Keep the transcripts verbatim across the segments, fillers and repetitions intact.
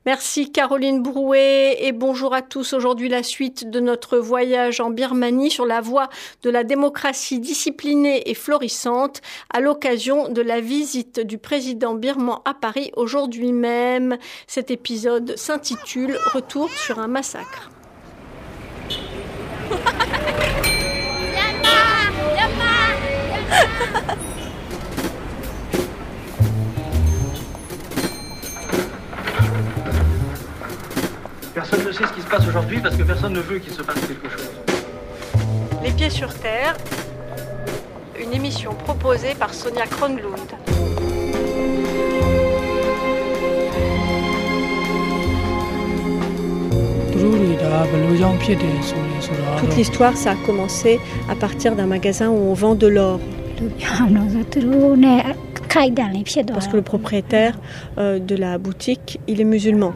Merci Caroline Brouet et bonjour à tous. Aujourd'hui, la suite de notre voyage en Birmanie sur la voie de la démocratie disciplinée et florissante à l'occasion de la visite du président birman à Paris aujourd'hui même. Cet épisode s'intitule « Retour sur un massacre ». Personne ne sait ce qui se passe aujourd'hui parce que personne ne veut qu'il se passe quelque chose. Les pieds sur terre, une émission proposée par Sonia Kronlund. Toute l'histoire, ça a commencé à partir d'un magasin où on vend de l'or. Parce que le propriétaire euh, de la boutique, il est musulman.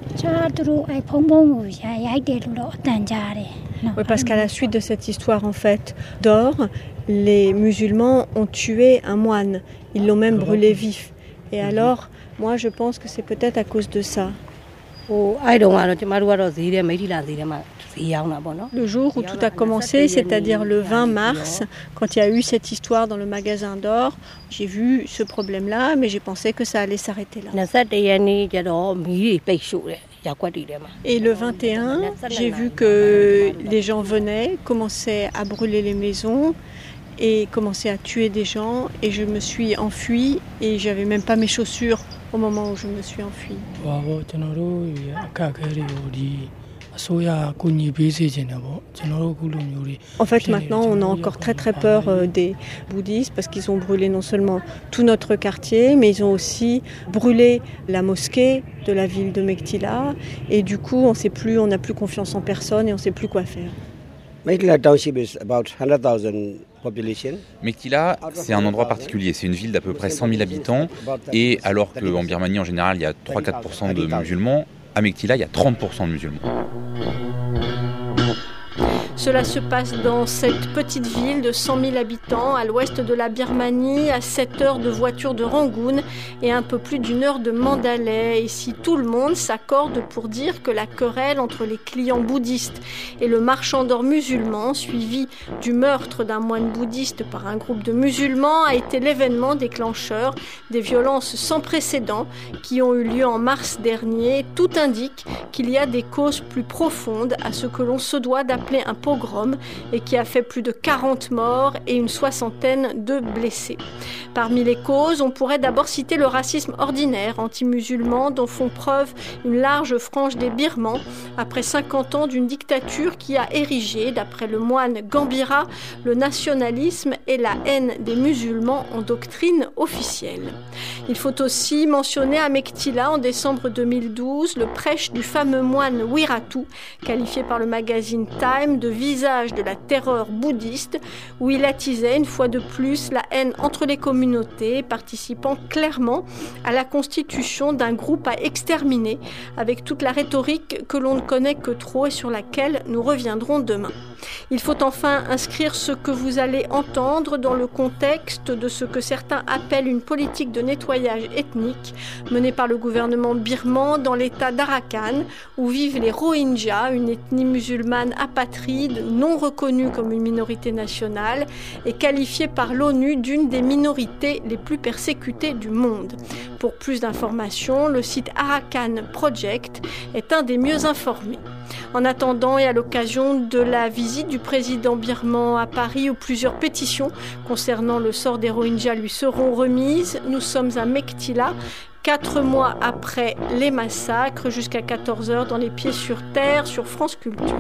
Oui, parce qu'à la suite de cette histoire en fait d'or, les musulmans ont tué un moine. Ils l'ont même brûlé vif. Et alors, moi je pense que c'est peut-être à cause de ça. Le jour où tout a commencé, c'est-à-dire le vingt mars, quand il y a eu cette histoire dans le magasin d'or, j'ai vu ce problème-là, mais j'ai pensé que ça allait s'arrêter là. Et le vingt et un, j'ai vu que les gens venaient, commençaient à brûler les maisons et commençaient à tuer des gens, et je me suis enfuie et j'avais même pas mes chaussures au moment où je me suis enfuie. En fait, maintenant, on a encore très très peur euh, des bouddhistes parce qu'ils ont brûlé non seulement tout notre quartier, mais ils ont aussi brûlé la mosquée de la ville de Mektila. Et du coup, on sait plus, on n'a plus confiance en personne et on ne sait plus quoi faire. Mektila Township is about one hundred thousand population. Mektila, c'est un endroit particulier. C'est une ville d'à peu près cent mille habitants. Et alors qu'en Birmanie, en général, il y a trois à quatre pour cent de musulmans, à Mektila, il y a trente pour cent de musulmans. Cela se passe dans cette petite ville de cent mille habitants à l'ouest de la Birmanie, à sept heures de voiture de Rangoon et un peu plus d'une heure de Mandalay. Ici, tout le monde s'accorde pour dire que la querelle entre les clients bouddhistes et le marchand d'or musulman, suivi du meurtre d'un moine bouddhiste par un groupe de musulmans, a été l'événement déclencheur des violences sans précédent qui ont eu lieu en mars dernier. Tout indique qu'il y a des causes plus profondes à ce que l'on se doit d'appeler un pogrom et qui a fait plus de quarante morts et une soixantaine de blessés. Parmi les causes, on pourrait d'abord citer le racisme ordinaire anti-musulman dont font preuve une large frange des Birmans après cinquante ans d'une dictature qui a érigé, d'après le moine Gambhira, le nationalisme et la haine des musulmans en doctrine officielle. Il faut aussi mentionner à Mektila en décembre deux mille douze le prêche du fameux moine Wiratu, qualifié par le magazine Time de visage de la terreur bouddhiste, où il attisait une fois de plus la haine entre les communautés, participant clairement à la constitution d'un groupe à exterminer, avec toute la rhétorique que l'on ne connaît que trop et sur laquelle nous reviendrons demain. Il faut enfin inscrire ce que vous allez entendre dans le contexte de ce que certains appellent une politique de nettoyage ethnique menée par le gouvernement birman dans l'état d'Arakan, où vivent les Rohingyas, une ethnie musulmane apatride non reconnue comme une minorité nationale et qualifiée par l'ONU d'une des minorités les plus persécutées du monde. Pour plus d'informations, le site Arakan Project est un des mieux informés. En attendant et à l'occasion de la visite du président birman à Paris où plusieurs pétitions concernant le sort des Rohingyas lui seront remises, nous sommes à Mektila, quatre mois après les massacres, jusqu'à quatorze heures dans Les Pieds sur Terre sur France Culture.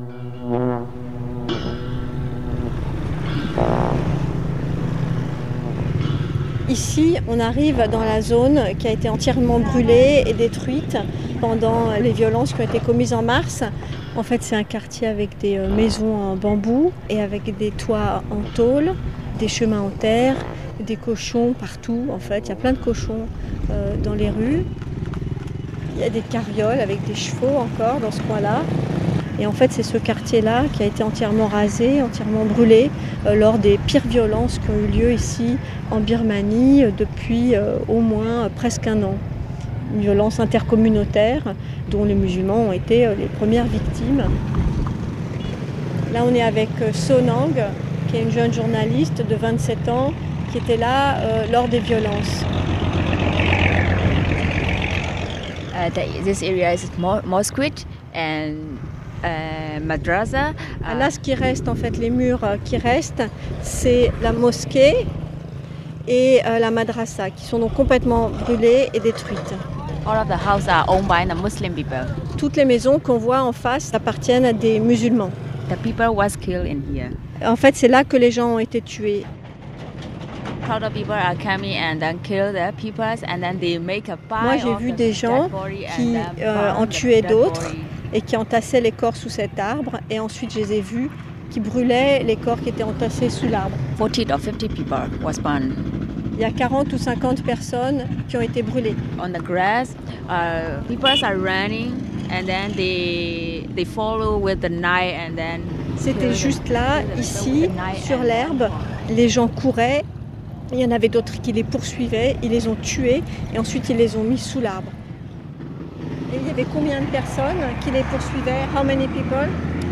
Ici, on arrive dans la zone qui a été entièrement brûlée et détruite pendant les violences qui ont été commises en mars. En fait, c'est un quartier avec des maisons en bambou et avec des toits en tôle, des chemins en terre, des cochons partout. En fait, il y a plein de cochons euh, dans les rues. Il y a des carrioles avec des chevaux encore dans ce coin-là. Et en fait, c'est ce quartier-là qui a été entièrement rasé, entièrement brûlé euh, lors des pires violences qui ont eu lieu ici en Birmanie euh, depuis euh, au moins euh, presque un an. une violence intercommunautaire dont les musulmans ont été les premières victimes. Là, on est avec Sonang, qui est une jeune journaliste de vingt-sept ans qui était là euh, lors des violences. Uh, the, this area is mo- mosque and uh, madrasa. Uh, Là, ce qui reste, en fait, les murs qui restent, c'est la mosquée et euh, la madrasa, qui sont donc complètement brûlées et détruites. All of the houses are owned by the Muslim people. Toutes les maisons qu'on voit en face appartiennent à des musulmans. The people was killed in here. En fait, c'est là que les gens ont été tués. Crowd of people are coming and then kill the people and then they make a pile. Moi, j'ai vu des gens qui euh, en tuaient d'autres et qui entassaient les corps sous cet arbre. Et ensuite, je les ai vus qui brûlaient les corps qui étaient entassés sous l'arbre. forty or fifty people was burned. Il y a quarante ou cinquante personnes qui ont été brûlées. On the grass, uh, people are running and then they they follow with the knife and then. C'était juste là, ici, sur l'herbe. Les gens couraient. Il y en avait d'autres qui les poursuivaient. Ils les ont tués et ensuite ils les ont mis sous l'arbre. Et il y avait combien de personnes qui les poursuivaient? How many people?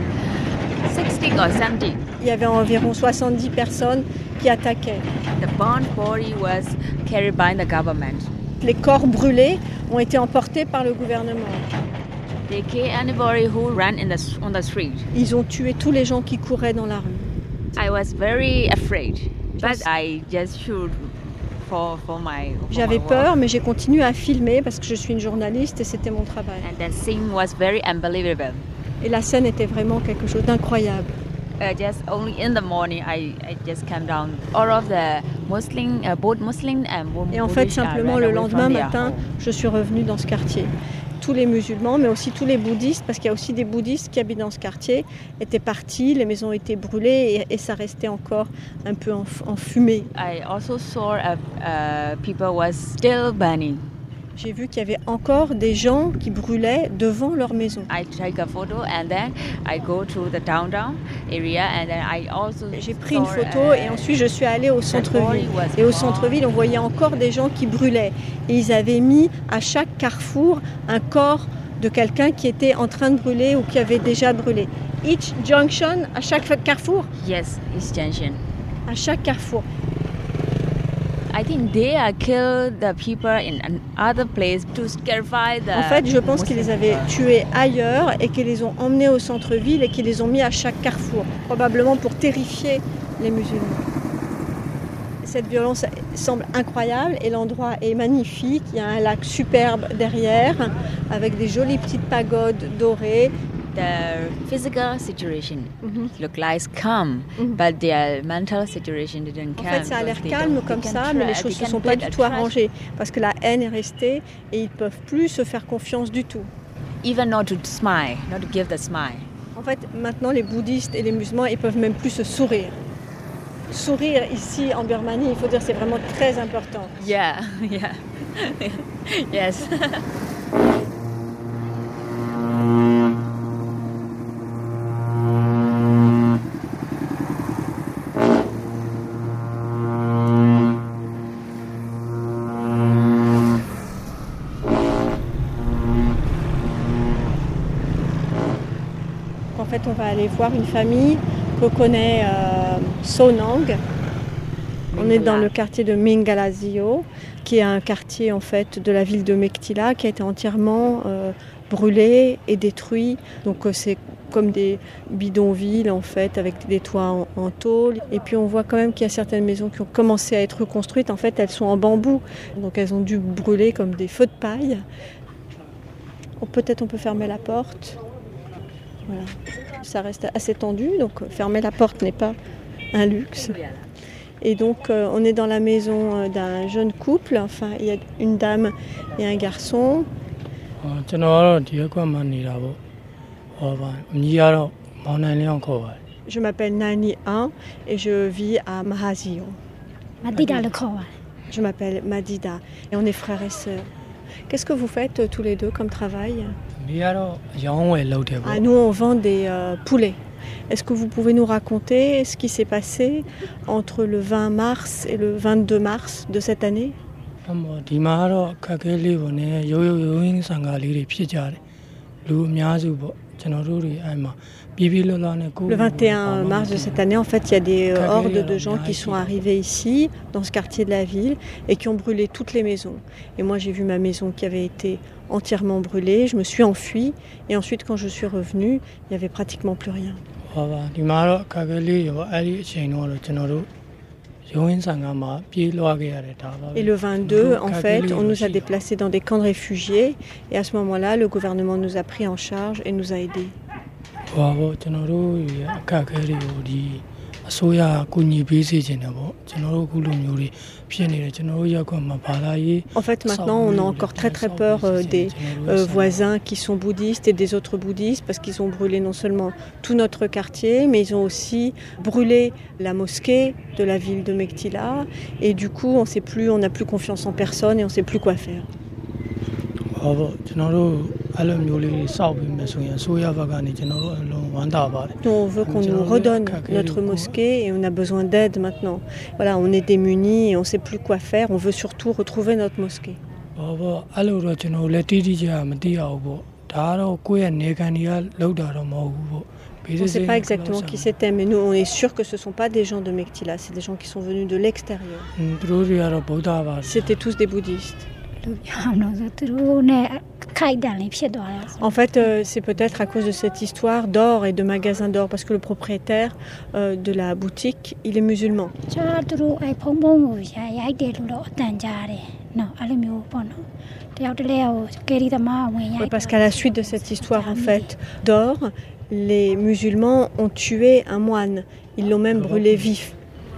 sixty or seventy. Il y avait environ soixante-dix personnes qui attaquaient. The burned body was carried by the government. Les corps brûlés ont été emportés par le gouvernement. They killed anybody who ran in the, on the street. Ils ont tué tous les gens qui couraient dans la rue. I was very afraid, but I just shoot for for my. For J'avais my peur, work. mais j'ai continué à filmer parce que je suis une journaliste et c'était mon travail. And that scene was very unbelievable. Et la scène était vraiment quelque chose d'incroyable. Uh, just only in the morning, I, I just came down. All of the Muslim, uh, both Muslim and Et en fait, Buddhist, uh, simplement ran le away lendemain from their matin, home. je suis revenue dans ce quartier. Tous les musulmans, mais aussi tous les bouddhistes, parce qu'il y a aussi des bouddhistes qui habitent dans ce quartier, étaient partis, les maisons étaient brûlées et, et ça restait encore un peu en, en fumée. I also saw uh, uh, people was still burning. J'ai vu qu'il y avait encore des gens qui brûlaient devant leur maison. I take a photo and then I go to the downtown area and then I also. J'ai pris une saw, photo uh, et ensuite je suis allée au centre-ville. Et au centre-ville, on voyait encore des gens qui brûlaient. Et ils avaient mis à chaque carrefour un corps de quelqu'un qui était en train de brûler ou qui avait déjà brûlé. Each junction, à chaque carrefour? Yes, it's junction. À chaque carrefour. I think they are killed the people in another place to scarify the. En fait, je pense qu'ils les avaient tués ailleurs et qu'ils les ont emmenés au centre-ville et qu'ils les ont mis à chaque carrefour, probablement pour terrifier les musulmans. Cette violence semble incroyable et l'endroit est magnifique. Il y a un lac superbe derrière avec des jolies petites pagodes dorées. The physical situation Mm-hmm. look like calm, Mhm. but their mental situation didn't En calm. fait, ça a l'air because they calme don't- comme they ça, can mais les tra- choses they ne se can sont pas build du a tout trust. arrangées parce que la haine est restée et ils ne peuvent plus se faire confiance du tout. Even not to smile, not to give the smile. En fait, maintenant, les bouddhistes et les musulmans, ils peuvent même plus se sourire. Sourire ici en Birmanie, il faut dire, c'est vraiment très important. Yeah, yeah, yes. En fait, on va aller voir une famille que connaît euh, Sonang. On est dans le quartier de Mingalasio, qui est un quartier en fait de la ville de Mektila, qui a été entièrement euh, brûlé et détruit. Donc euh, c'est comme des bidonvilles en fait, avec des toits en, en tôle. Et puis on voit quand même qu'il y a certaines maisons qui ont commencé à être reconstruites. En fait, elles sont en bambou, donc elles ont dû brûler comme des feux de paille. Ou peut-être on peut fermer la porte. Voilà. Ça reste assez tendu, donc fermer la porte n'est pas un luxe. Et donc euh, on est dans la maison euh, d'un jeune couple, enfin il y a une dame et un garçon. Je m'appelle Nani un et je vis à Mahazio. Madida le corps. Je m'appelle Madida et on est frères et sœurs. Qu'est-ce que vous faites euh, tous les deux comme travail? Ah, nous on vend des euh, poulets. Est-ce que vous pouvez nous raconter ce qui s'est passé entre le vingt mars et le vingt-deux mars de cette année? Le vingt et un mars de cette année, en fait, il y a des hordes de gens qui sont arrivés ici, dans ce quartier de la ville, et qui ont brûlé toutes les maisons. Et moi, j'ai vu ma maison qui avait été entièrement brûlée, je me suis enfuie, et ensuite, quand je suis revenue, il n'y avait pratiquement plus rien. Et le vingt-deux, en fait, on nous a déplacés dans des camps de réfugiés, et à ce moment-là, le gouvernement nous a pris en charge et nous a aidés. En fait, maintenant, on a encore très très peur euh, des euh, voisins qui sont bouddhistes et des autres bouddhistes parce qu'ils ont brûlé non seulement tout notre quartier, mais ils ont aussi brûlé la mosquée de la ville de Mektila. Et du coup, on sait plus, on n'a plus confiance en personne et on ne sait plus quoi faire. On veut qu'on nous redonne notre mosquée et on a besoin d'aide maintenant. Voilà, on est démunis et on ne sait plus quoi faire. On veut surtout retrouver notre mosquée. On ne sait pas exactement qui c'était, mais nous, on est sûr que ce ne sont pas des gens de Mektila, c'est des gens qui sont venus de l'extérieur. C'était tous des bouddhistes. En fait, euh, c'est peut-être à cause de cette histoire d'or et de magasins d'or, parce que le propriétaire euh, de la boutique, il est musulman. Ouais, parce qu'à la suite de cette histoire, en fait, d'or, les musulmans ont tué un moine. Ils l'ont même brûlé vif.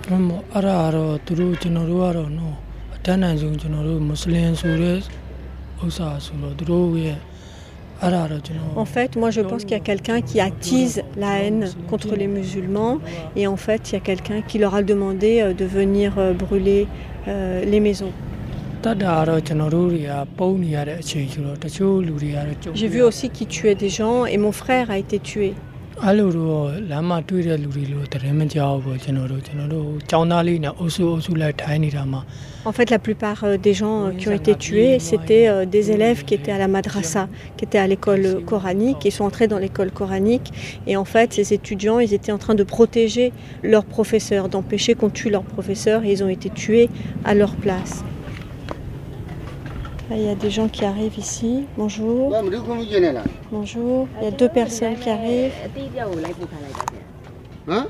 En fait, moi je pense qu'il y a quelqu'un qui attise la haine contre les musulmans et en fait il y a quelqu'un qui leur a demandé de venir brûler euh, les maisons. J'ai vu aussi qui tuait des gens et mon frère a été tué. En fait, la plupart des gens qui ont été tués, c'était des élèves qui étaient à la madrasa, qui étaient à l'école coranique, qui sont entrés dans l'école coranique. Et en fait, ces étudiants, ils étaient en train de protéger leurs professeurs, d'empêcher qu'on tue leurs professeurs, et ils ont été tués à leur place. Là, il y a des gens qui arrivent ici. Bonjour. Bonjour. Il y a deux personnes qui arrivent. Hein?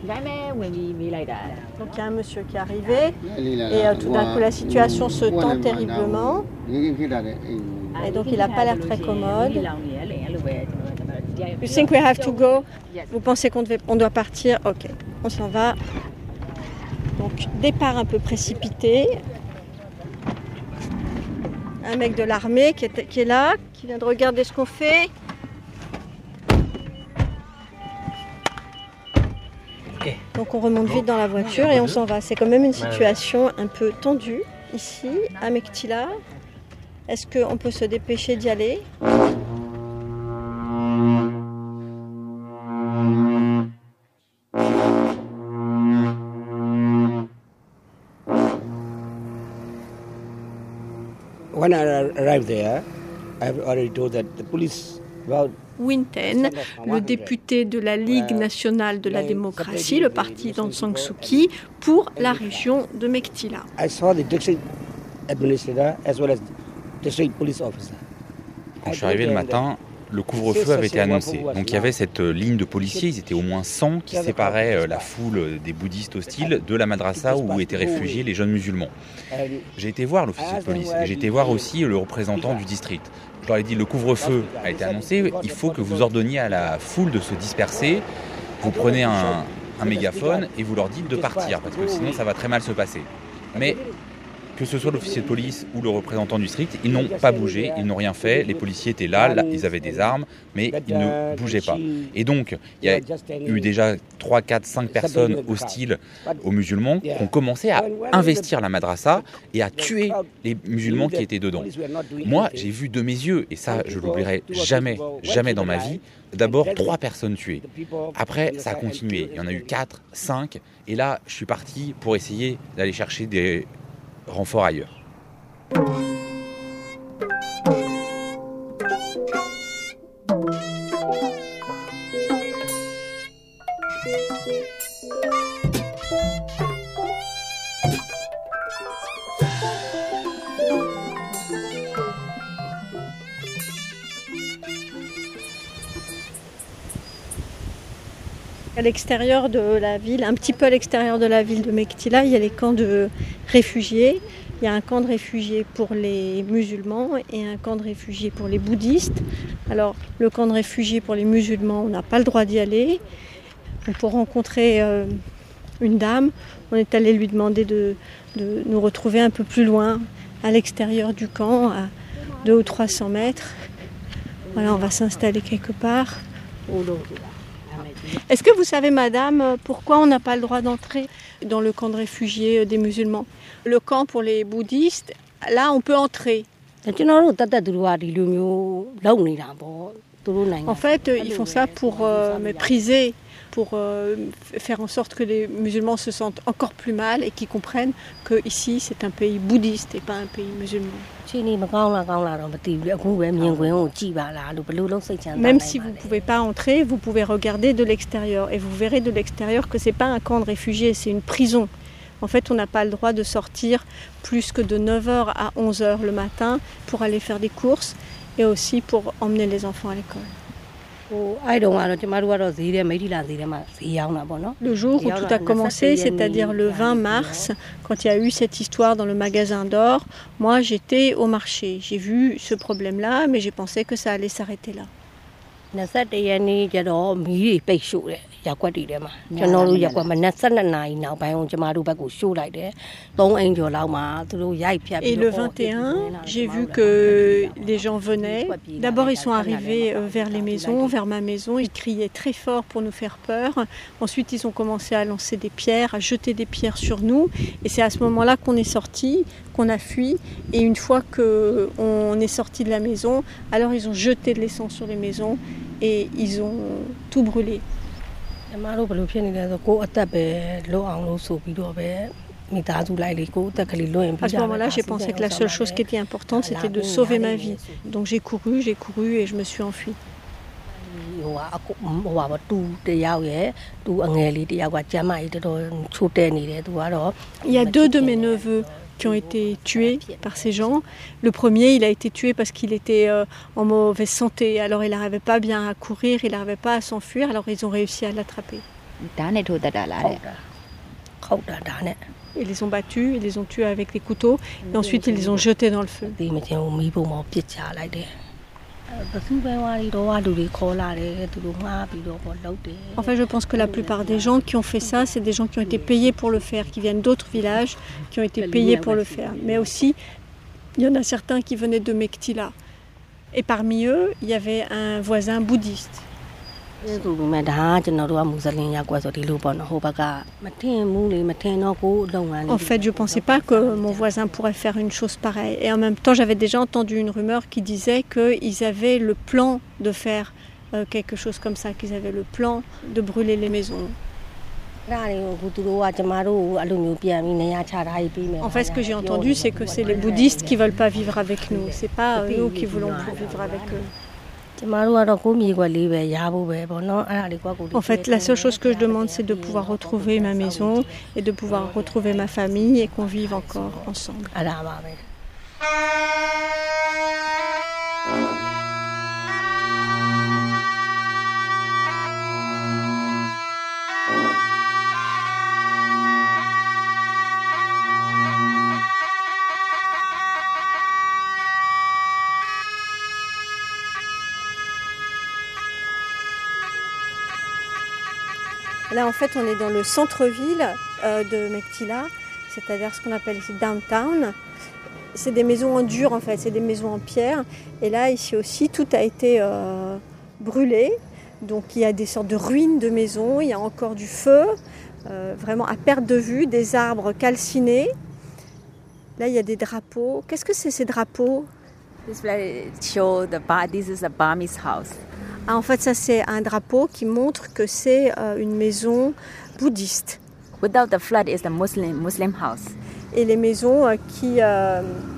Donc il y a un monsieur qui est arrivé et euh, tout d'un coup la situation se tend terriblement. Et donc il n'a pas l'air très commode. You think we have to go? Vous pensez qu'on devait, on doit partir? Ok, on s'en va. Donc départ un peu précipité. Un mec de l'armée qui est, qui est là, qui vient de regarder ce qu'on fait. Okay. Donc on remonte vite dans la voiture et on s'en va. C'est quand même une situation un peu tendue ici, à Mektila. Est-ce qu'on peut se dépêcher d'y aller ? When I arrived there, I've already told that the police about Winten, le député de la Ligue nationale de la démocratie, le parti d'Aung San Suu Kyi, pour la région de Mektila. I saw the district administrator as well as district police officer. Quand je suis arrivé le matin, le couvre-feu avait été annoncé. Donc il y avait cette ligne de policiers, ils étaient au moins cent qui séparaient la foule des bouddhistes hostiles de la madrasa où étaient réfugiés les jeunes musulmans. J'ai été voir l'officier de police et j'ai été voir aussi le représentant du district. Je leur ai dit, le couvre-feu a été annoncé, il faut que vous ordonniez à la foule de se disperser. Vous prenez un, un mégaphone et vous leur dites de partir, parce que sinon ça va très mal se passer. Mais que ce soit l'officier de police ou le représentant du district, ils n'ont pas bougé, ils n'ont rien fait. Les policiers étaient là, là, ils avaient des armes, mais ils ne bougeaient pas. Et donc, il y a eu déjà trois, quatre, cinq personnes hostiles aux musulmans qui ont commencé à investir la madrasa et à tuer les musulmans qui étaient dedans. Moi, j'ai vu de mes yeux, et ça, je l'oublierai jamais, jamais dans ma vie, d'abord trois personnes tuées. Après, ça a continué. Il y en a eu quatre, cinq, et là, je suis parti pour essayer d'aller chercher des renforts ailleurs. À l'extérieur de la ville, un petit peu à l'extérieur de la ville de Mektila, il y a les camps de réfugiés. Il y a un camp de réfugiés pour les musulmans et un camp de réfugiés pour les bouddhistes. Alors, le camp de réfugiés pour les musulmans, on n'a pas le droit d'y aller. Pour rencontrer euh, une dame, on est allé lui demander de, de nous retrouver un peu plus loin, à l'extérieur du camp, à deux ou trois cents mètres. Voilà, on va s'installer quelque part. Est-ce que vous savez, madame, pourquoi on n'a pas le droit d'entrer dans le camp de réfugiés des musulmans? Le camp pour les bouddhistes, là, on peut entrer. En fait, ils font ça pour euh, mépriser, pour euh, faire en sorte que les musulmans se sentent encore plus mal et qu'ils comprennent que ici c'est un pays bouddhiste et pas un pays musulman. Même si vous ne pouvez pas entrer, vous pouvez regarder de l'extérieur et vous verrez de l'extérieur que ce n'est pas un camp de réfugiés, c'est une prison. En fait, on n'a pas le droit de sortir plus que de neuf heures à onze heures le matin pour aller faire des courses et aussi pour emmener les enfants à l'école. Le jour où tout a commencé, c'est-à-dire le vingt mars, quand il y a eu cette histoire dans le magasin d'or, moi j'étais au marché. J'ai vu ce problème-là, mais j'ai pensé que ça allait s'arrêter là. Et le vingt et un, j'ai vu que les gens venaient. D'abord, ils sont arrivés vers les maisons, vers ma maison. Ils criaient très fort pour nous faire peur. Ensuite, ils ont commencé à lancer des pierres, à jeter des pierres sur nous. Et c'est à ce moment-là qu'on est sortis, qu'on a fui. Et une fois qu'on est sorti de la maison, alors ils ont jeté de l'essence sur les maisons et ils ont tout brûlé. À ce moment-là, j'ai pensé que la seule chose qui était importante, c'était de sauver ma vie. Donc j'ai couru, j'ai couru et je me suis enfuie. Il y a deux de mes neveux qui ont été tués par ces gens. Le premier, il a été tué parce qu'il était euh, en mauvaise santé. Alors il n'arrivait pas bien à courir, il n'arrivait pas à s'enfuir. Alors ils ont réussi à l'attraper. Ils les ont battus, ils les ont tués avec des couteaux. Et ensuite, ils les ont jetés dans le feu. Enfin, je pense que la plupart des gens qui ont fait ça, c'est des gens qui ont été payés pour le faire, qui viennent d'autres villages, qui ont été payés pour le faire. Mais aussi, il y en a certains qui venaient de Mektila. Et parmi eux, il y avait un voisin bouddhiste. En fait, je ne pensais pas que mon voisin pourrait faire une chose pareille. Et en même temps, j'avais déjà entendu une rumeur qui disait qu'ils avaient le plan de faire euh, quelque chose comme ça, qu'ils avaient le plan de brûler les maisons. En fait, ce que j'ai entendu, c'est que c'est les bouddhistes qui ne veulent pas vivre avec nous. Ce n'est pas euh, nous qui voulons vivre avec eux. En fait, la seule chose que je demande, c'est de pouvoir retrouver ma maison et de pouvoir retrouver ma famille et qu'on vive encore ensemble. Là, en fait, on est dans le centre-ville euh, de Mektila, c'est-à-dire ce qu'on appelle ici downtown. C'est des maisons en dur, en fait, c'est des maisons en pierre. Et là, ici aussi, tout a été euh, brûlé. Donc, il y a des sortes de ruines de maisons, il y a encore du feu, euh, vraiment à perte de vue, des arbres calcinés. Là, il y a des drapeaux. Qu'est-ce que c'est, ces drapeaux? This show the bar. This is a Burmese house. Ah, en fait, ça, c'est un drapeau qui montre que c'est euh, une maison bouddhiste. Without the flood is the Muslim Muslim house. Et les maisons euh, qui euh,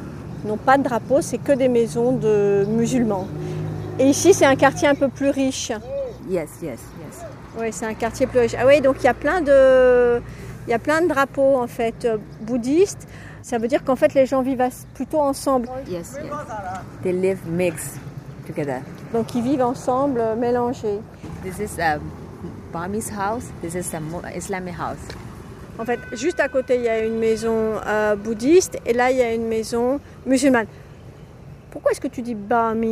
Ils n'ont pas de drapeau, c'est que des maisons de musulmans. Et ici, c'est un quartier un peu plus riche. Yes, yes, yes. Oui, c'est un quartier plus riche. Ah oui, donc il y a plein de, il y a plein de drapeaux en fait euh, bouddhistes. Ça veut dire qu'en fait les gens vivent plutôt ensemble. Yes, yes. They live mixed together. Donc ils vivent ensemble, euh, mélangés. This is a Burmese house. This is a Islamic house. En fait, juste à côté, il y a une maison euh, bouddhiste et là, il y a une maison musulmane. Pourquoi est-ce que tu dis Burmese ?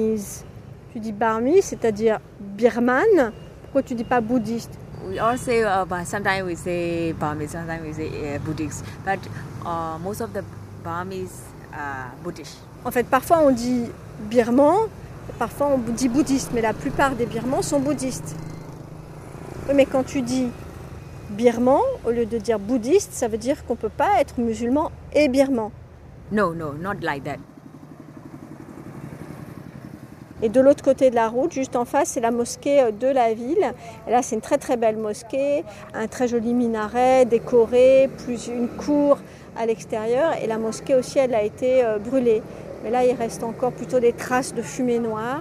Tu dis Burmese, c'est-à-dire birmane. Pourquoi tu dis pas bouddhiste ? We all say, uh, but sometimes we say Burmese, sometimes we say uh, Buddhist. But uh, most of the Burmese are Buddhist. En fait, parfois on dit birman, parfois on dit bouddhiste, mais la plupart des birmans sont bouddhistes. Oui, mais quand tu dis birman, au lieu de dire bouddhiste, ça veut dire qu'on ne peut pas être musulman et birman. No, no, not like that. Et de l'autre côté de la route, juste en face, c'est la mosquée de la ville. Et là, c'est une très très belle mosquée, un très joli minaret décoré, plus une cour à l'extérieur. Et la mosquée aussi, elle a été euh, brûlée. Mais là, il reste encore plutôt des traces de fumée noire.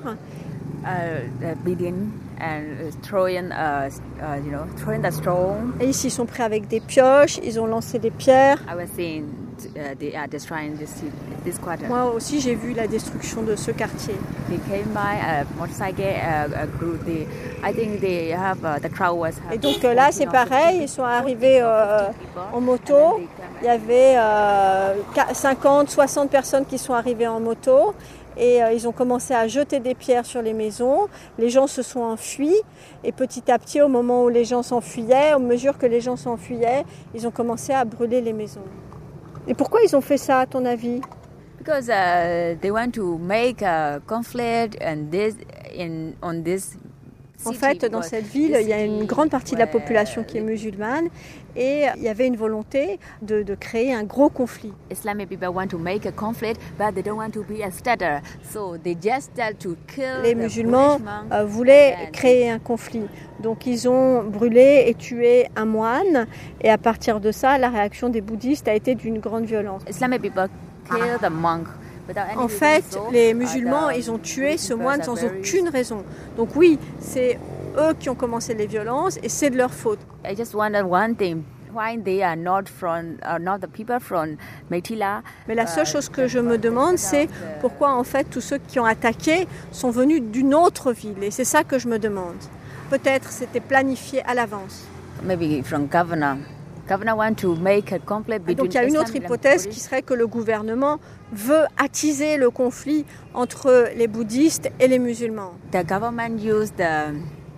Uh, beating and throwing, uh, uh, you know, throwing the stone. Et ici, ils sont prêts avec des pioches, ils ont lancé des pierres. I was seeing uh, they are destroying this, this quarter. Moi aussi, j'ai vu la destruction de ce quartier. They came by a motorcycle, a, a group. They, I think they have uh, the crowd was. Et donc euh, là, c'est pareil, ils sont arrivés euh, en moto. Il y avait euh, cinquante, soixante personnes qui sont arrivées en moto. Et euh, ils ont commencé à jeter des pierres sur les maisons. Les gens se sont enfuis. Et petit à petit, au moment où les gens s'enfuyaient, au mesure que les gens s'enfuyaient, ils ont commencé à brûler les maisons. Et pourquoi ils ont fait ça, à ton avis ? Because uh, they want to make a conflict and this in on this. En fait, dans cette ville, il y a une grande partie de la population qui est musulmane et il y avait une volonté de, de créer un gros conflit. Islamic people want to make a conflict, but they don't want to be a starter, so they just start to kill. Les musulmans euh, voulaient créer un conflit, donc ils ont brûlé et tué un moine. Et à partir de ça, la réaction des bouddhistes a été d'une grande violence. Islamic people kill the monk. En fait, les musulmans, ils ont tué ce moine sans aucune raison. Donc oui, c'est eux qui ont commencé les violences et c'est de leur faute. I just wonder one thing. Why they are not from, are not the people from Meitila? Mais la seule chose que je me demande, c'est pourquoi en fait tous ceux qui ont attaqué sont venus d'une autre ville. Et c'est ça que je me demande. Peut-être c'était planifié à l'avance. Maybe from governor. Governor want to make a conflict between. Donc il y a une autre hypothèse qui serait que le gouvernement veut attiser le conflit entre les bouddhistes et les musulmans. The government use the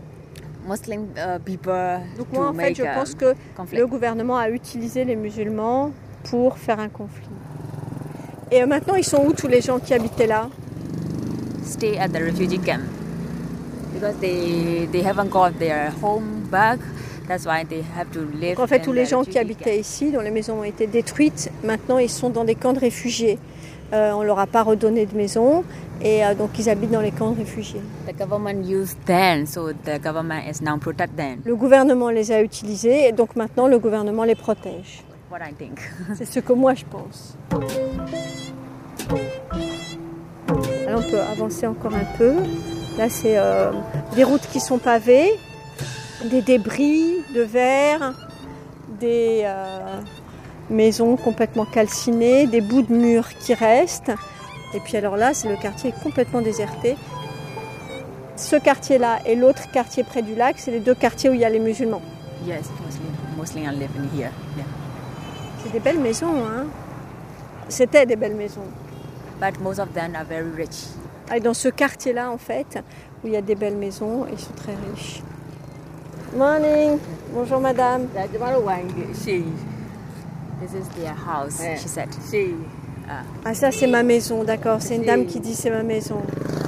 Muslim uh, people. Donc moi en fait je pense que le gouvernement a utilisé les musulmans pour faire un conflit. Et maintenant ils sont où tous les gens qui habitaient là? Stay at the refugee camp because they they haven't got their home back. That's why they have to live. En fait, tous les gens qui habitaient ici, dont les maisons ont été détruites, maintenant ils sont dans des camps de réfugiés. Euh, on ne leur a pas redonné de maison et euh, donc ils habitent dans les camps de réfugiés. The government used them, so the government is now protect them. Le gouvernement les a utilisés et donc maintenant le gouvernement les protège. What I think. C'est ce que moi je pense. Alors on peut avancer encore un peu. Là, c'est euh, des routes qui sont pavées. Des débris de verre, des euh, maisons complètement calcinées, des bouts de murs qui restent. Et puis alors là, c'est le quartier est complètement déserté. Ce quartier-là et l'autre quartier près du lac, c'est les deux quartiers où il y a les musulmans. Yes, mostly, mostly I live in here. Yeah. C'est des belles maisons, hein. C'était des belles maisons. But most of them are very rich. Et dans ce quartier-là, en fait, où il y a des belles maisons, ils sont très riches. Morning. Bonjour madame. This is their house, she said. Ah ça c'est ma maison, d'accord. C'est une dame qui dit c'est ma maison.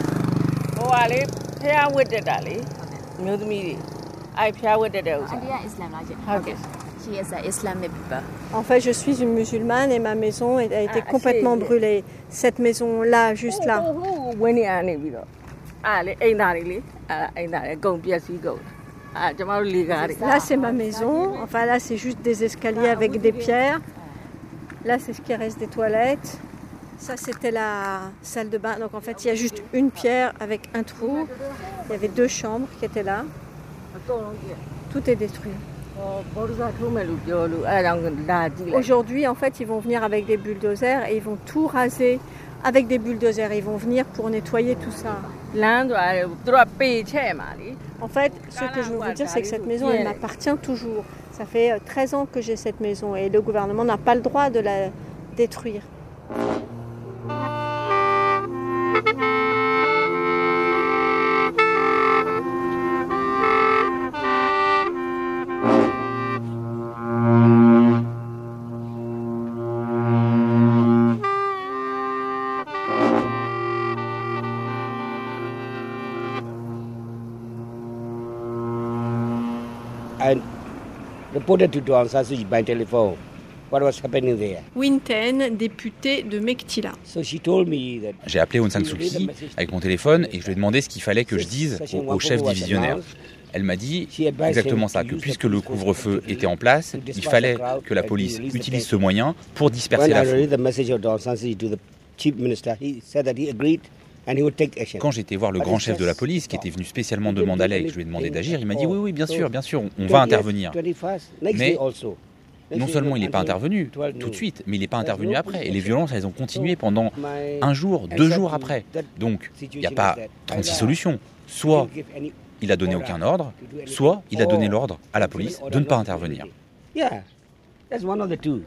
She is an Islamic people. En fait, je suis une musulmane et ma maison a été complètement brûlée. Cette maison-là, juste là. Là, c'est ma maison. Enfin, là, c'est juste des escaliers avec des pierres. Là, c'est ce qui reste des toilettes. Ça, c'était la salle de bain. Donc, en fait, il y a juste une pierre avec un trou. Il y avait deux chambres qui étaient là. Tout est détruit. Aujourd'hui, en fait, ils vont venir avec des bulldozers et ils vont tout raser avec des bulldozers. Ils vont venir pour nettoyer tout ça. En fait, ce que je veux vous dire, c'est que cette maison, elle m'appartient toujours. Ça fait treize ans que j'ai cette maison et le gouvernement n'a pas le droit de la détruire. I reported to Aung San Suu Kyi by telephone what was happening there. Winten, député de Mektila. So she told me that J'ai appelé Aung San Suu Kyi avec mon téléphone et je lui ai demandé ce qu'il fallait que je dise au, au chef divisionnaire. Elle m'a dit exactement ça, que puisque le couvre-feu était en place, il fallait que la police utilise ce moyen pour disperser la foule. Quand j'étais voir le grand chef de la police, qui était venu spécialement de Mandalay et que je lui ai demandé d'agir, il m'a dit oui, oui, bien sûr, bien sûr, on va intervenir. Mais non seulement il n'est pas intervenu tout de suite, mais il n'est pas intervenu après. Et les violences, elles ont continué pendant un jour, deux jours après. Donc, il n'y a pas trente-six solutions. Soit il a donné aucun ordre, soit il a donné l'ordre à la police de ne pas intervenir. Yeah, that's one of the two.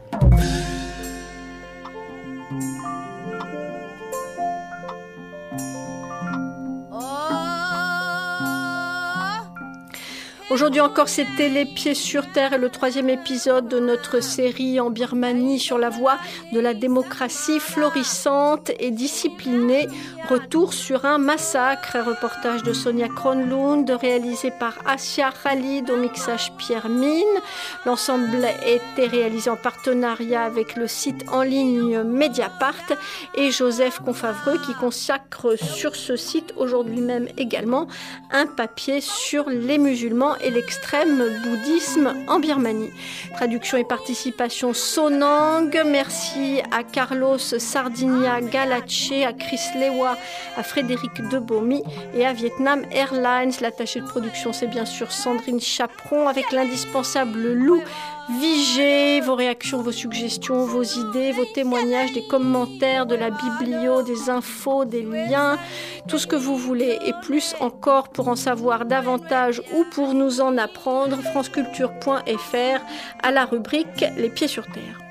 Aujourd'hui encore, c'était Les Pieds sur Terre et le troisième épisode de notre série en Birmanie sur la voie de la démocratie florissante et disciplinée. Retour sur un massacre, un reportage de Sonia Kronlund, réalisé par Asia Khalid au mixage Pierre Mine. L'ensemble a été réalisé en partenariat avec le site en ligne Mediapart et Joseph Confavreux qui consacre sur ce site aujourd'hui même également un papier sur les musulmans et l'extrême bouddhisme en Birmanie. Traduction et participation Sonang. Merci à Carlos Sardinia Galache, à Chris Lewa, à Frédéric Debomy et à Vietnam Airlines. L'attachée de production, c'est bien sûr Sandrine Chaperon avec l'indispensable Lou Vigée. Vos réactions, vos suggestions, vos idées, vos témoignages, des commentaires, de la biblio, des infos, des liens, tout ce que vous voulez et plus encore pour en savoir davantage ou pour nous en apprendre, franceculture point f r à la rubrique Les Pieds sur Terre.